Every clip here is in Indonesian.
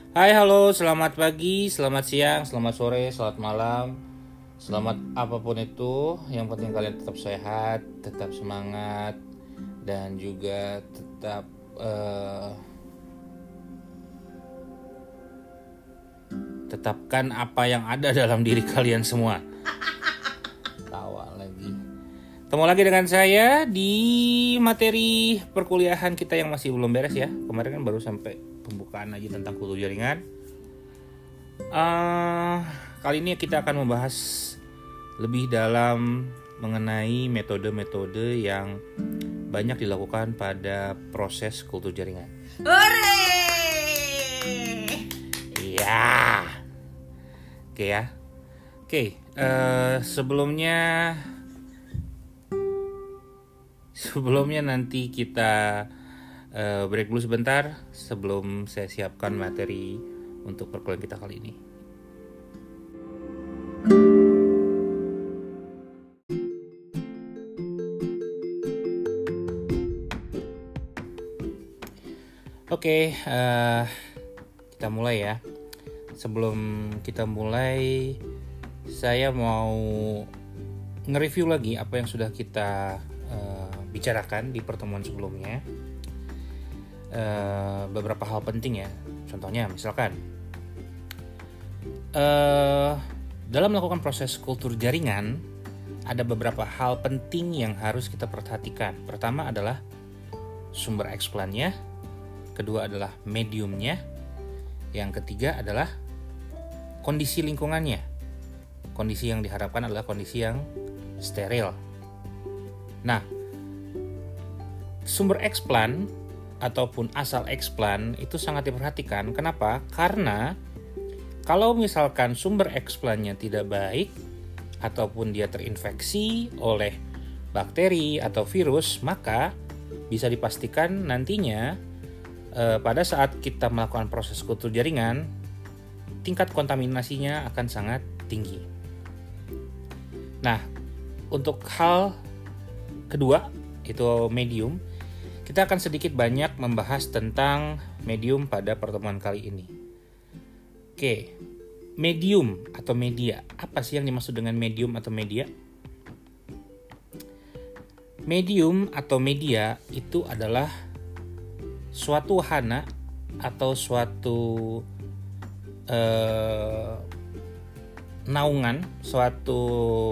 Hai, halo, selamat pagi, selamat siang, selamat sore, selamat malam, selamat apapun itu. Yang penting kalian tetap sehat, tetap semangat, dan juga tetap tetapkan apa yang ada dalam diri kalian semua. Tawa lagi. Ketemu lagi dengan saya di materi perkuliahan kita yang masih belum beres ya. Kemarin kan baru sampai pembukaan aja tentang kultur jaringan. Kali ini kita akan membahas lebih dalam mengenai metode-metode yang banyak dilakukan pada proses kultur jaringan. Hore! Iya. Oke ya. Oke, sebelumnya nanti kita break dulu sebentar sebelum saya siapkan materi untuk perkuliahan kita kali ini. Oke, kita mulai ya. Sebelum kita mulai, saya mau nge-review lagi apa yang sudah kita bicarakan di pertemuan sebelumnya. Beberapa hal penting ya. Contohnya misalkan dalam melakukan proses kultur jaringan ada beberapa hal penting yang harus kita perhatikan. Pertama adalah sumber eksplannya, kedua adalah mediumnya, yang ketiga adalah kondisi lingkungannya. Kondisi yang diharapkan adalah kondisi yang steril. Nah, sumber eksplan ataupun asal eksplan itu sangat diperhatikan. Kenapa? Karena kalau misalkan sumber eksplannya tidak baik ataupun dia terinfeksi oleh bakteri atau virus, maka bisa dipastikan nantinya pada saat kita melakukan proses kultur jaringan, tingkat kontaminasinya akan sangat tinggi. Nah, untuk hal kedua, itu medium, kita akan sedikit banyak membahas tentang medium pada pertemuan kali ini. Oke, medium atau media. Apa sih yang dimaksud dengan medium atau media? Medium atau media itu adalah suatu wahana atau suatu naungan, suatu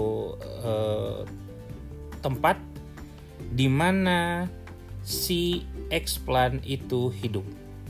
tempat di mana si eksplan itu hidup.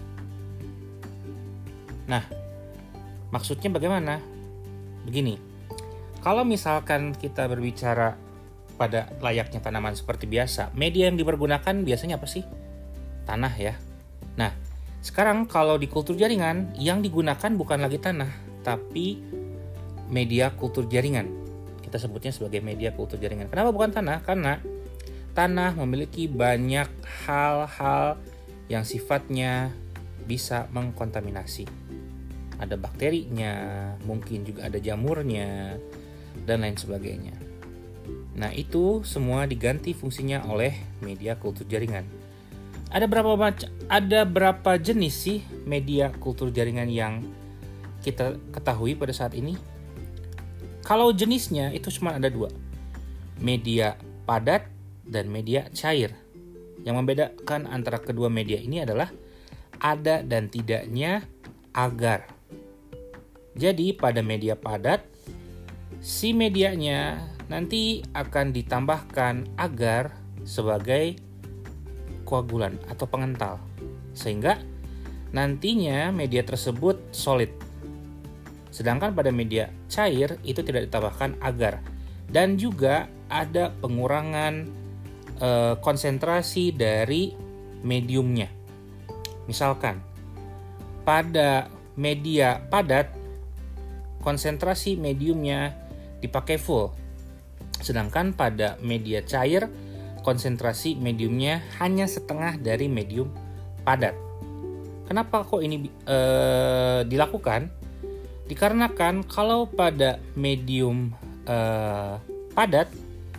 Nah, maksudnya bagaimana? Begini, kalau misalkan kita berbicara pada layaknya tanaman seperti biasa, media yang dipergunakan biasanya apa sih? Tanah ya. Nah, sekarang kalau di kultur jaringan yang digunakan bukan lagi tanah, tapi media kultur jaringan. Kita sebutnya sebagai media kultur jaringan. Kenapa bukan tanah? Karena tanah memiliki banyak hal-hal yang sifatnya bisa mengkontaminasi. Ada bakterinya, mungkin juga ada jamurnya, dan lain sebagainya. Nah, itu semua diganti fungsinya oleh media kultur jaringan. Ada berapa jenis sih media kultur jaringan yang kita ketahui pada saat ini? Kalau jenisnya itu cuma ada dua, media padat dan media cair. Yang membedakan antara kedua media ini adalah ada dan tidaknya agar. Jadi pada media padat, si medianya nanti akan ditambahkan agar sebagai koagulan atau pengental, sehingga nantinya media tersebut solid. Sedangkan pada media cair itu tidak ditambahkan agar, dan juga ada pengurangan konsentrasi dari mediumnya. Misalkan pada media padat konsentrasi mediumnya dipakai full, sedangkan pada media cair konsentrasi mediumnya hanya setengah dari medium padat. Kenapa kok ini dilakukan? Dikarenakan kalau pada medium padat,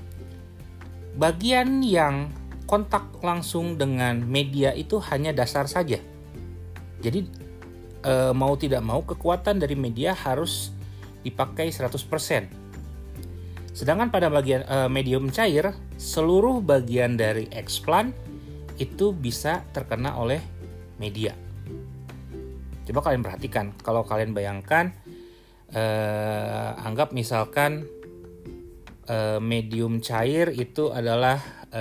bagian yang kontak langsung dengan media itu hanya dasar saja. Jadi mau tidak mau kekuatan dari media harus dipakai 100%. Sedangkan pada bagian medium cair, seluruh bagian dari eksplan itu bisa terkena oleh media. Coba kalian perhatikan, kalau kalian bayangkan, anggap misalkan medium cair itu adalah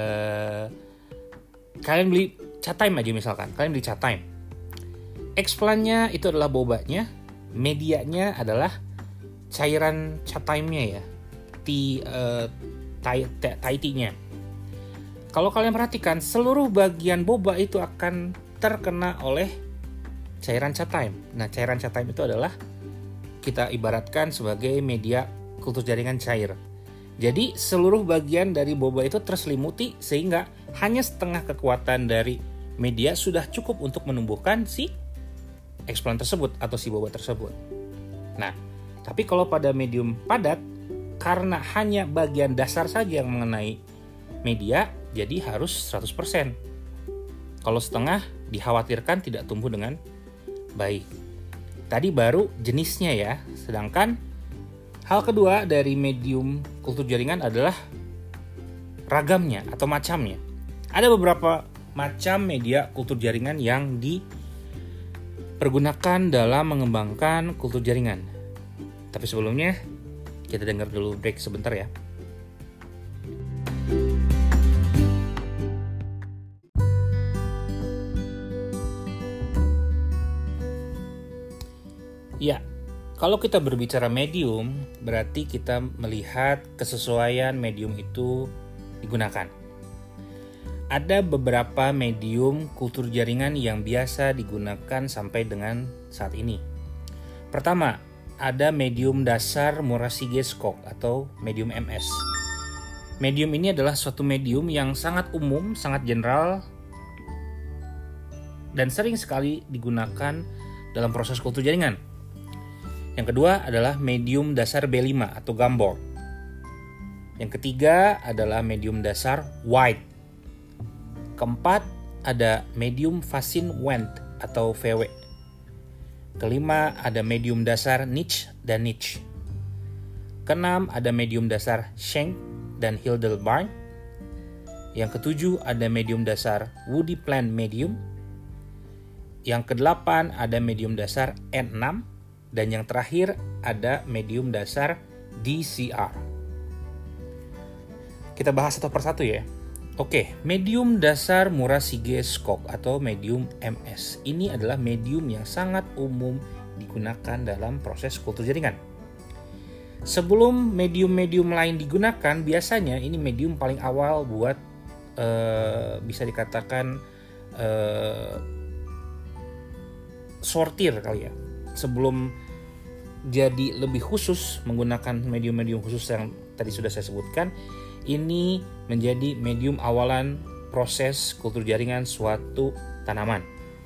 kalian beli cat time aja misalkan, kalian beli cat time. Eksplannya itu adalah bobanya, medianya adalah cairan cat time-nya ya, Thai-tea-nya. Kalau kalian perhatikan, seluruh bagian boba itu akan terkena oleh cairan cat time. Nah, cairan cat time itu adalah kita ibaratkan sebagai media kultur jaringan cair. Jadi seluruh bagian dari boba itu terselimuti sehingga hanya setengah kekuatan dari media sudah cukup untuk menumbuhkan si eksplan tersebut atau si boba tersebut. Nah, tapi kalau pada medium padat, karena hanya bagian dasar saja yang mengenai media, jadi harus 100%. Kalau setengah, dikhawatirkan tidak tumbuh dengan baik. Tadi baru jenisnya ya. Sedangkan hal kedua dari medium kultur jaringan adalah ragamnya atau macamnya. Ada beberapa macam media kultur jaringan yang dipergunakan dalam mengembangkan kultur jaringan. Tapi sebelumnya, kita dengar dulu break sebentar ya. Ya, kalau kita berbicara medium, berarti kita melihat kesesuaian medium itu digunakan. Ada beberapa medium kultur jaringan yang biasa digunakan sampai dengan saat ini. Pertama, ada medium dasar Murashige Shikoku atau medium MS. Medium ini adalah suatu medium yang sangat umum, sangat general, dan sering sekali digunakan dalam proses kultur jaringan. Yang kedua adalah medium dasar B5 atau gumboard. Yang ketiga adalah medium dasar white. Keempat ada medium Facin Wend atau VW. Kelima ada medium dasar niche dan niche. Keenam ada medium dasar Schenck dan Hildebrand. Yang ketujuh ada medium dasar Woody Plant medium. Yang kedelapan ada medium dasar N6. Dan yang terakhir ada medium dasar DCR. Kita bahas satu persatu ya. Oke, medium dasar Murashige Shikoku atau medium MS. Ini adalah medium yang sangat umum digunakan dalam proses kultur jaringan. Sebelum medium-medium lain digunakan, biasanya ini medium paling awal buat bisa dikatakan sortir kali ya. Sebelum jadi lebih khusus menggunakan medium-medium khusus yang tadi sudah saya sebutkan, ini menjadi medium awalan proses kultur jaringan suatu tanaman.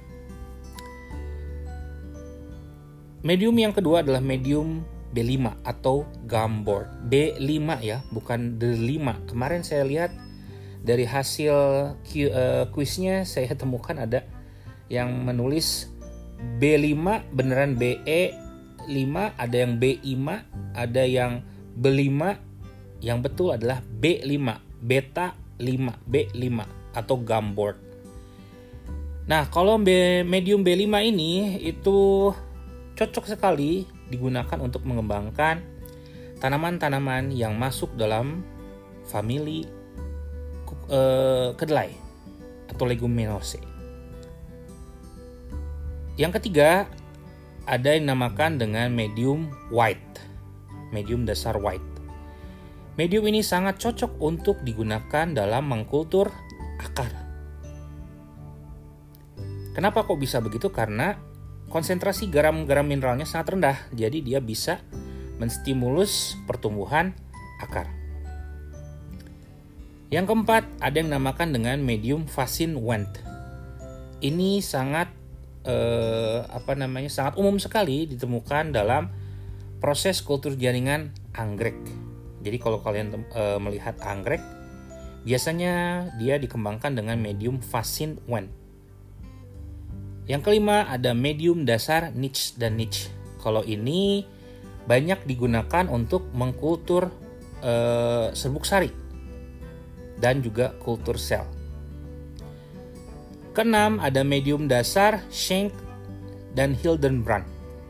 Medium yang kedua adalah medium B5 atau gumboard. B5 ya, bukan D5. Kemarin saya lihat dari hasil kuisnya saya temukan ada yang menulis B5 beneran BE5, ada yang B5, ada yang B5, yang betul adalah B5, beta 5, B5 atau gumboard. Nah, kalau medium B5 ini itu cocok sekali digunakan untuk mengembangkan tanaman-tanaman yang masuk dalam famili kedelai atau leguminosae. Yang ketiga, ada yang dinamakan dengan medium white, medium dasar white. Medium ini sangat cocok untuk digunakan dalam mengkultur akar. Kenapa kok bisa begitu? Karena konsentrasi garam-garam mineralnya sangat rendah, jadi dia bisa menstimulus pertumbuhan akar. Yang keempat, ada yang dinamakan dengan medium Facin Wend. Ini sangat sangat umum sekali ditemukan dalam proses kultur jaringan anggrek. Jadi kalau kalian melihat anggrek, biasanya dia dikembangkan dengan medium Facin Wend. Yang kelima ada medium dasar niche dan niche. Kalau ini banyak digunakan untuk mengkultur serbuk sari dan juga kultur sel. Keenam ada medium dasar Schenck dan Hildenbrand.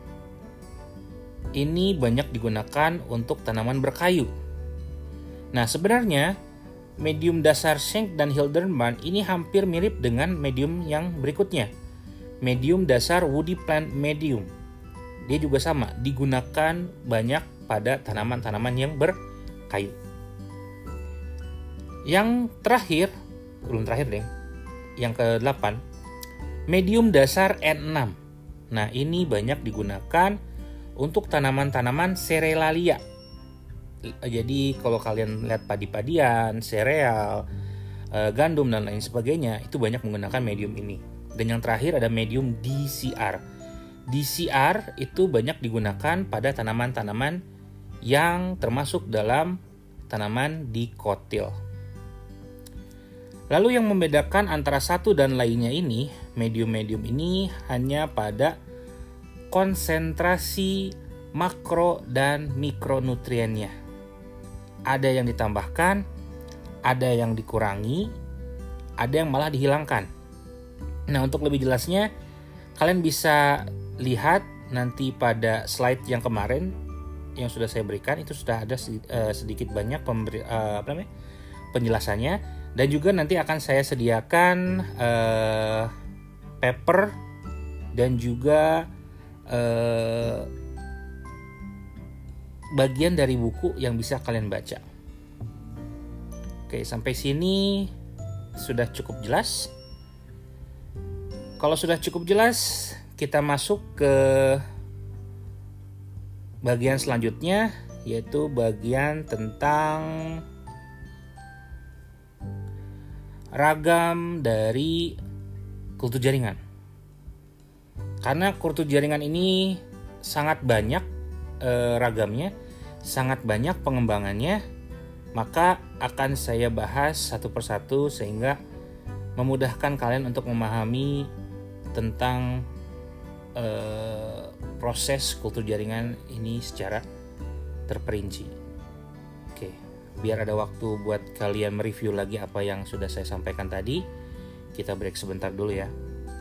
Ini banyak digunakan untuk tanaman berkayu. Nah, sebenarnya medium dasar Schenck dan Hildenbrand ini hampir mirip dengan medium yang berikutnya. Medium dasar woody plant medium. Dia juga sama, digunakan banyak pada tanaman-tanaman yang berkayu. Yang terakhir, belum terakhir deh, yang ke-8, medium dasar N6. Nah, ini banyak digunakan untuk tanaman-tanaman serelalia. Jadi kalau kalian lihat padi-padian, sereal, gandum dan lain sebagainya, itu banyak menggunakan medium ini. Dan yang terakhir ada medium DCR. DCR itu banyak digunakan pada tanaman-tanaman yang termasuk dalam tanaman dikotil. Lalu yang membedakan antara satu dan lainnya ini, medium-medium ini hanya pada konsentrasi makro dan mikronutriennya. Ada yang ditambahkan, ada yang dikurangi, ada yang malah dihilangkan. Nah, untuk lebih jelasnya, kalian bisa lihat nanti pada slide yang kemarin yang sudah saya berikan, itu sudah ada sedikit banyak penjelasannya, dan juga nanti akan saya sediakan paper dan juga bagian dari buku yang bisa kalian baca. Oke, sampai sini sudah cukup jelas. Kalau sudah cukup jelas, kita masuk ke bagian selanjutnya, yaitu bagian tentang ragam dari kultur jaringan. Karena kultur jaringan ini sangat banyak ragamnya, sangat banyak pengembangannya, maka akan saya bahas satu persatu sehingga memudahkan kalian untuk memahami tentang proses kultur jaringan ini secara terperinci. Oke, biar ada waktu buat kalian mereview lagi apa yang sudah saya sampaikan tadi, kita break sebentar dulu ya.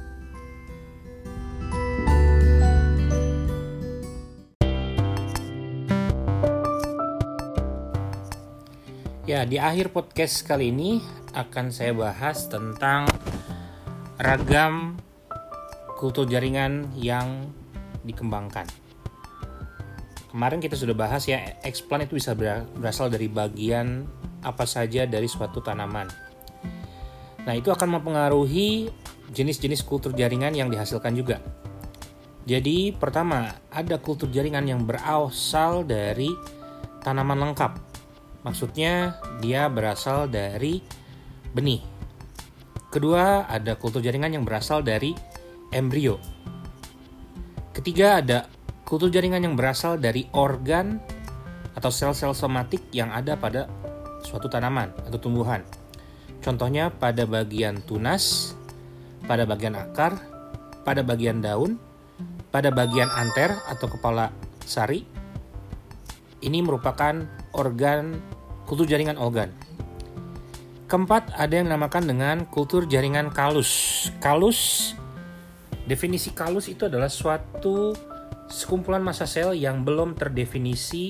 Ya, di akhir podcast kali ini akan saya bahas tentang ragam kultur jaringan yang dikembangkan. Kemarin kita sudah bahas ya, explant itu bisa berasal dari bagian apa saja dari suatu tanaman. Nah, itu akan mempengaruhi jenis-jenis kultur jaringan yang dihasilkan juga. Jadi, pertama, ada kultur jaringan yang berasal dari tanaman lengkap. Maksudnya, dia berasal dari benih. Kedua, ada kultur jaringan yang berasal dari embrio. Ketiga, ada kultur jaringan yang berasal dari organ atau sel-sel somatik yang ada pada suatu tanaman atau tumbuhan. Contohnya pada bagian tunas, pada bagian akar, pada bagian daun, pada bagian anter atau kepala sari. Ini merupakan organ, kultur jaringan organ. Keempat, ada yang dinamakan dengan kultur jaringan kalus. Definisi kalus itu adalah suatu sekumpulan massa sel yang belum terdefinisi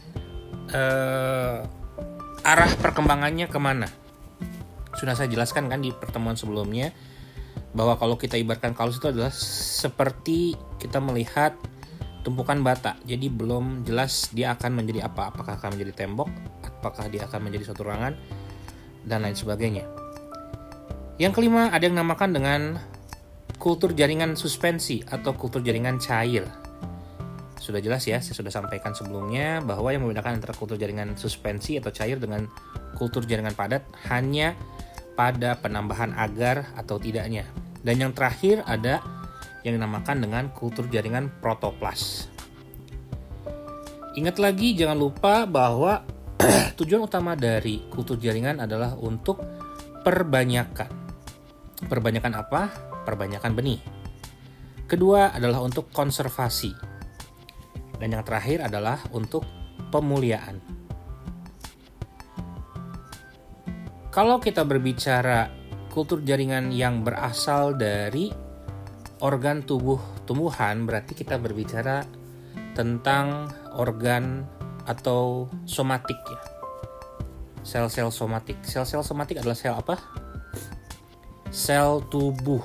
arah perkembangannya kemana. Sudah saya jelaskan kan di pertemuan sebelumnya, bahwa kalau kita ibaratkan kalus itu adalah seperti kita melihat tumpukan bata. Jadi belum jelas dia akan menjadi apa. Apakah akan menjadi tembok, apakah dia akan menjadi suatu ruangan, dan lain sebagainya. Yang kelima, ada yang dinamakan dengan kultur jaringan suspensi atau kultur jaringan cair. Sudah jelas ya, saya sudah sampaikan sebelumnya bahwa yang membedakan antara kultur jaringan suspensi atau cair dengan kultur jaringan padat hanya pada penambahan agar atau tidaknya. Dan yang terakhir ada yang dinamakan dengan kultur jaringan protoplas. Ingat lagi, jangan lupa bahwa tujuan utama dari kultur jaringan adalah untuk perbanyakan. Perbanyakan apa? Perbanyakan benih. Kedua adalah untuk konservasi. Dan yang terakhir adalah untuk pemuliaan. Kalau kita berbicara kultur jaringan yang berasal dari organ tubuh tumbuhan, berarti kita berbicara tentang organ atau somatik ya. Sel-sel somatik. Sel-sel somatik adalah sel apa? Sel tubuh.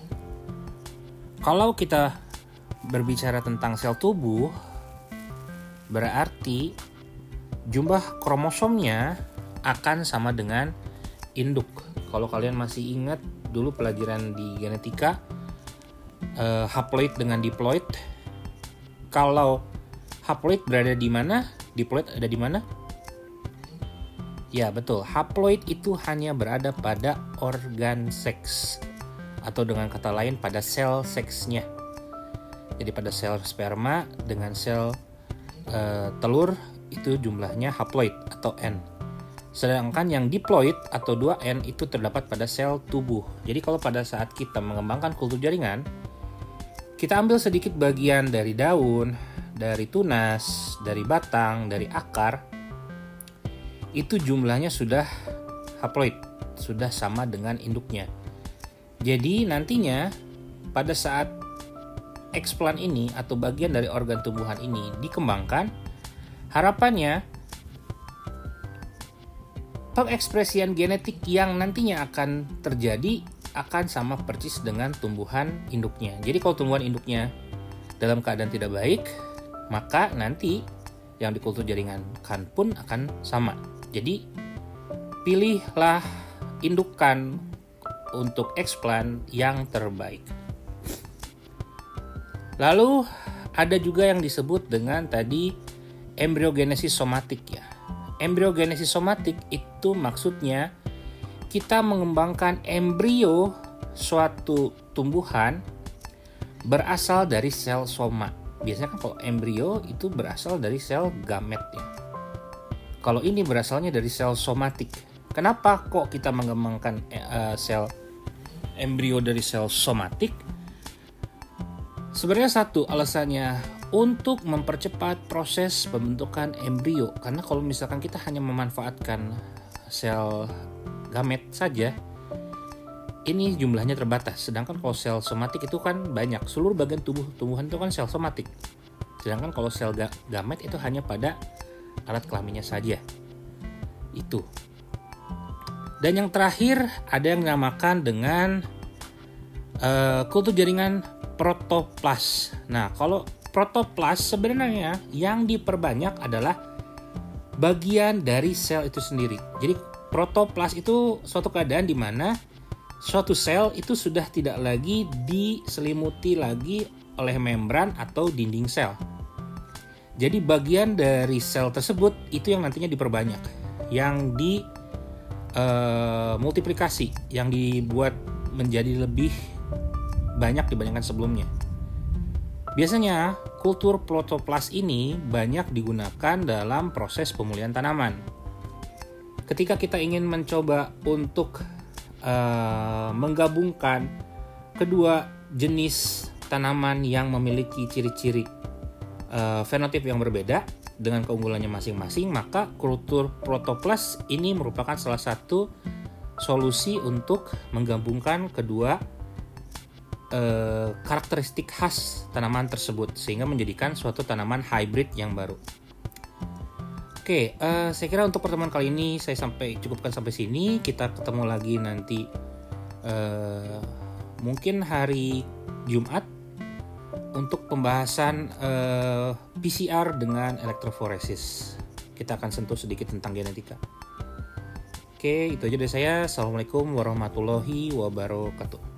Kalau kita berbicara tentang sel tubuh, berarti jumlah kromosomnya akan sama dengan induk. Kalau kalian masih ingat dulu pelajaran di genetika, haploid dengan diploid. Kalau haploid berada di mana, diploid ada di mana? Ya betul, haploid itu hanya berada pada organ seks, atau dengan kata lain pada sel seksnya. Jadi pada sel sperma dengan sel telur itu jumlahnya haploid atau N. Sedangkan yang diploid atau 2N itu terdapat pada sel tubuh. Jadi kalau pada saat kita mengembangkan kultur jaringan, kita ambil sedikit bagian dari daun, dari tunas, dari batang, dari akar, itu jumlahnya sudah haploid, sudah sama dengan induknya. Jadi nantinya pada saat eksplan ini atau bagian dari organ tumbuhan ini dikembangkan, harapannya pengekspresian genetik yang nantinya akan terjadi akan sama persis dengan tumbuhan induknya. Jadi kalau tumbuhan induknya dalam keadaan tidak baik, maka nanti yang dikultur jaringankan pun akan sama. Jadi pilihlah indukan untuk eksplan yang terbaik. Lalu ada juga yang disebut dengan tadi embriogenesis somatik ya. Embriogenesis somatik itu maksudnya kita mengembangkan embrio suatu tumbuhan berasal dari sel soma. Biasanya kan kalau embrio itu berasal dari sel gamet ya. Kalau ini berasalnya dari sel somatik. Kenapa kok kita mengembangkan sel embrio dari sel somatik? Sebenarnya satu alasannya untuk mempercepat proses pembentukan embrio. Karena kalau misalkan kita hanya memanfaatkan sel gamet saja, ini jumlahnya terbatas. Sedangkan kalau sel somatik itu kan banyak. Seluruh bagian tumbuhan itu kan sel somatik. Sedangkan kalau sel gamet itu hanya pada alat kelaminnya saja. Itu. Dan yang terakhir ada yang dinamakan dengan kultur jaringan protoplas. Nah, kalau protoplas sebenarnya yang diperbanyak adalah bagian dari sel itu sendiri. Jadi protoplas itu suatu keadaan di mana suatu sel itu sudah tidak lagi diselimuti lagi oleh membran atau dinding sel. Jadi bagian dari sel tersebut itu yang nantinya diperbanyak, yang multiplikasi, yang dibuat menjadi lebih banyak dibandingkan sebelumnya. Biasanya kultur protoplas ini banyak digunakan dalam proses pemulihan tanaman. Ketika kita ingin mencoba untuk menggabungkan kedua jenis tanaman yang memiliki ciri-ciri fenotip yang berbeda dengan keunggulannya masing-masing, maka kultur protoplas ini merupakan salah satu solusi untuk menggabungkan kedua karakteristik khas tanaman tersebut sehingga menjadikan suatu tanaman hybrid yang baru. Oke, saya kira untuk pertemuan kali ini saya cukupkan sampai sini. Kita ketemu lagi nanti mungkin hari Jumat untuk pembahasan PCR dengan elektroforesis. Kita akan sentuh sedikit tentang genetika. Oke, itu aja dari saya. Assalamualaikum warahmatullahi wabarakatuh.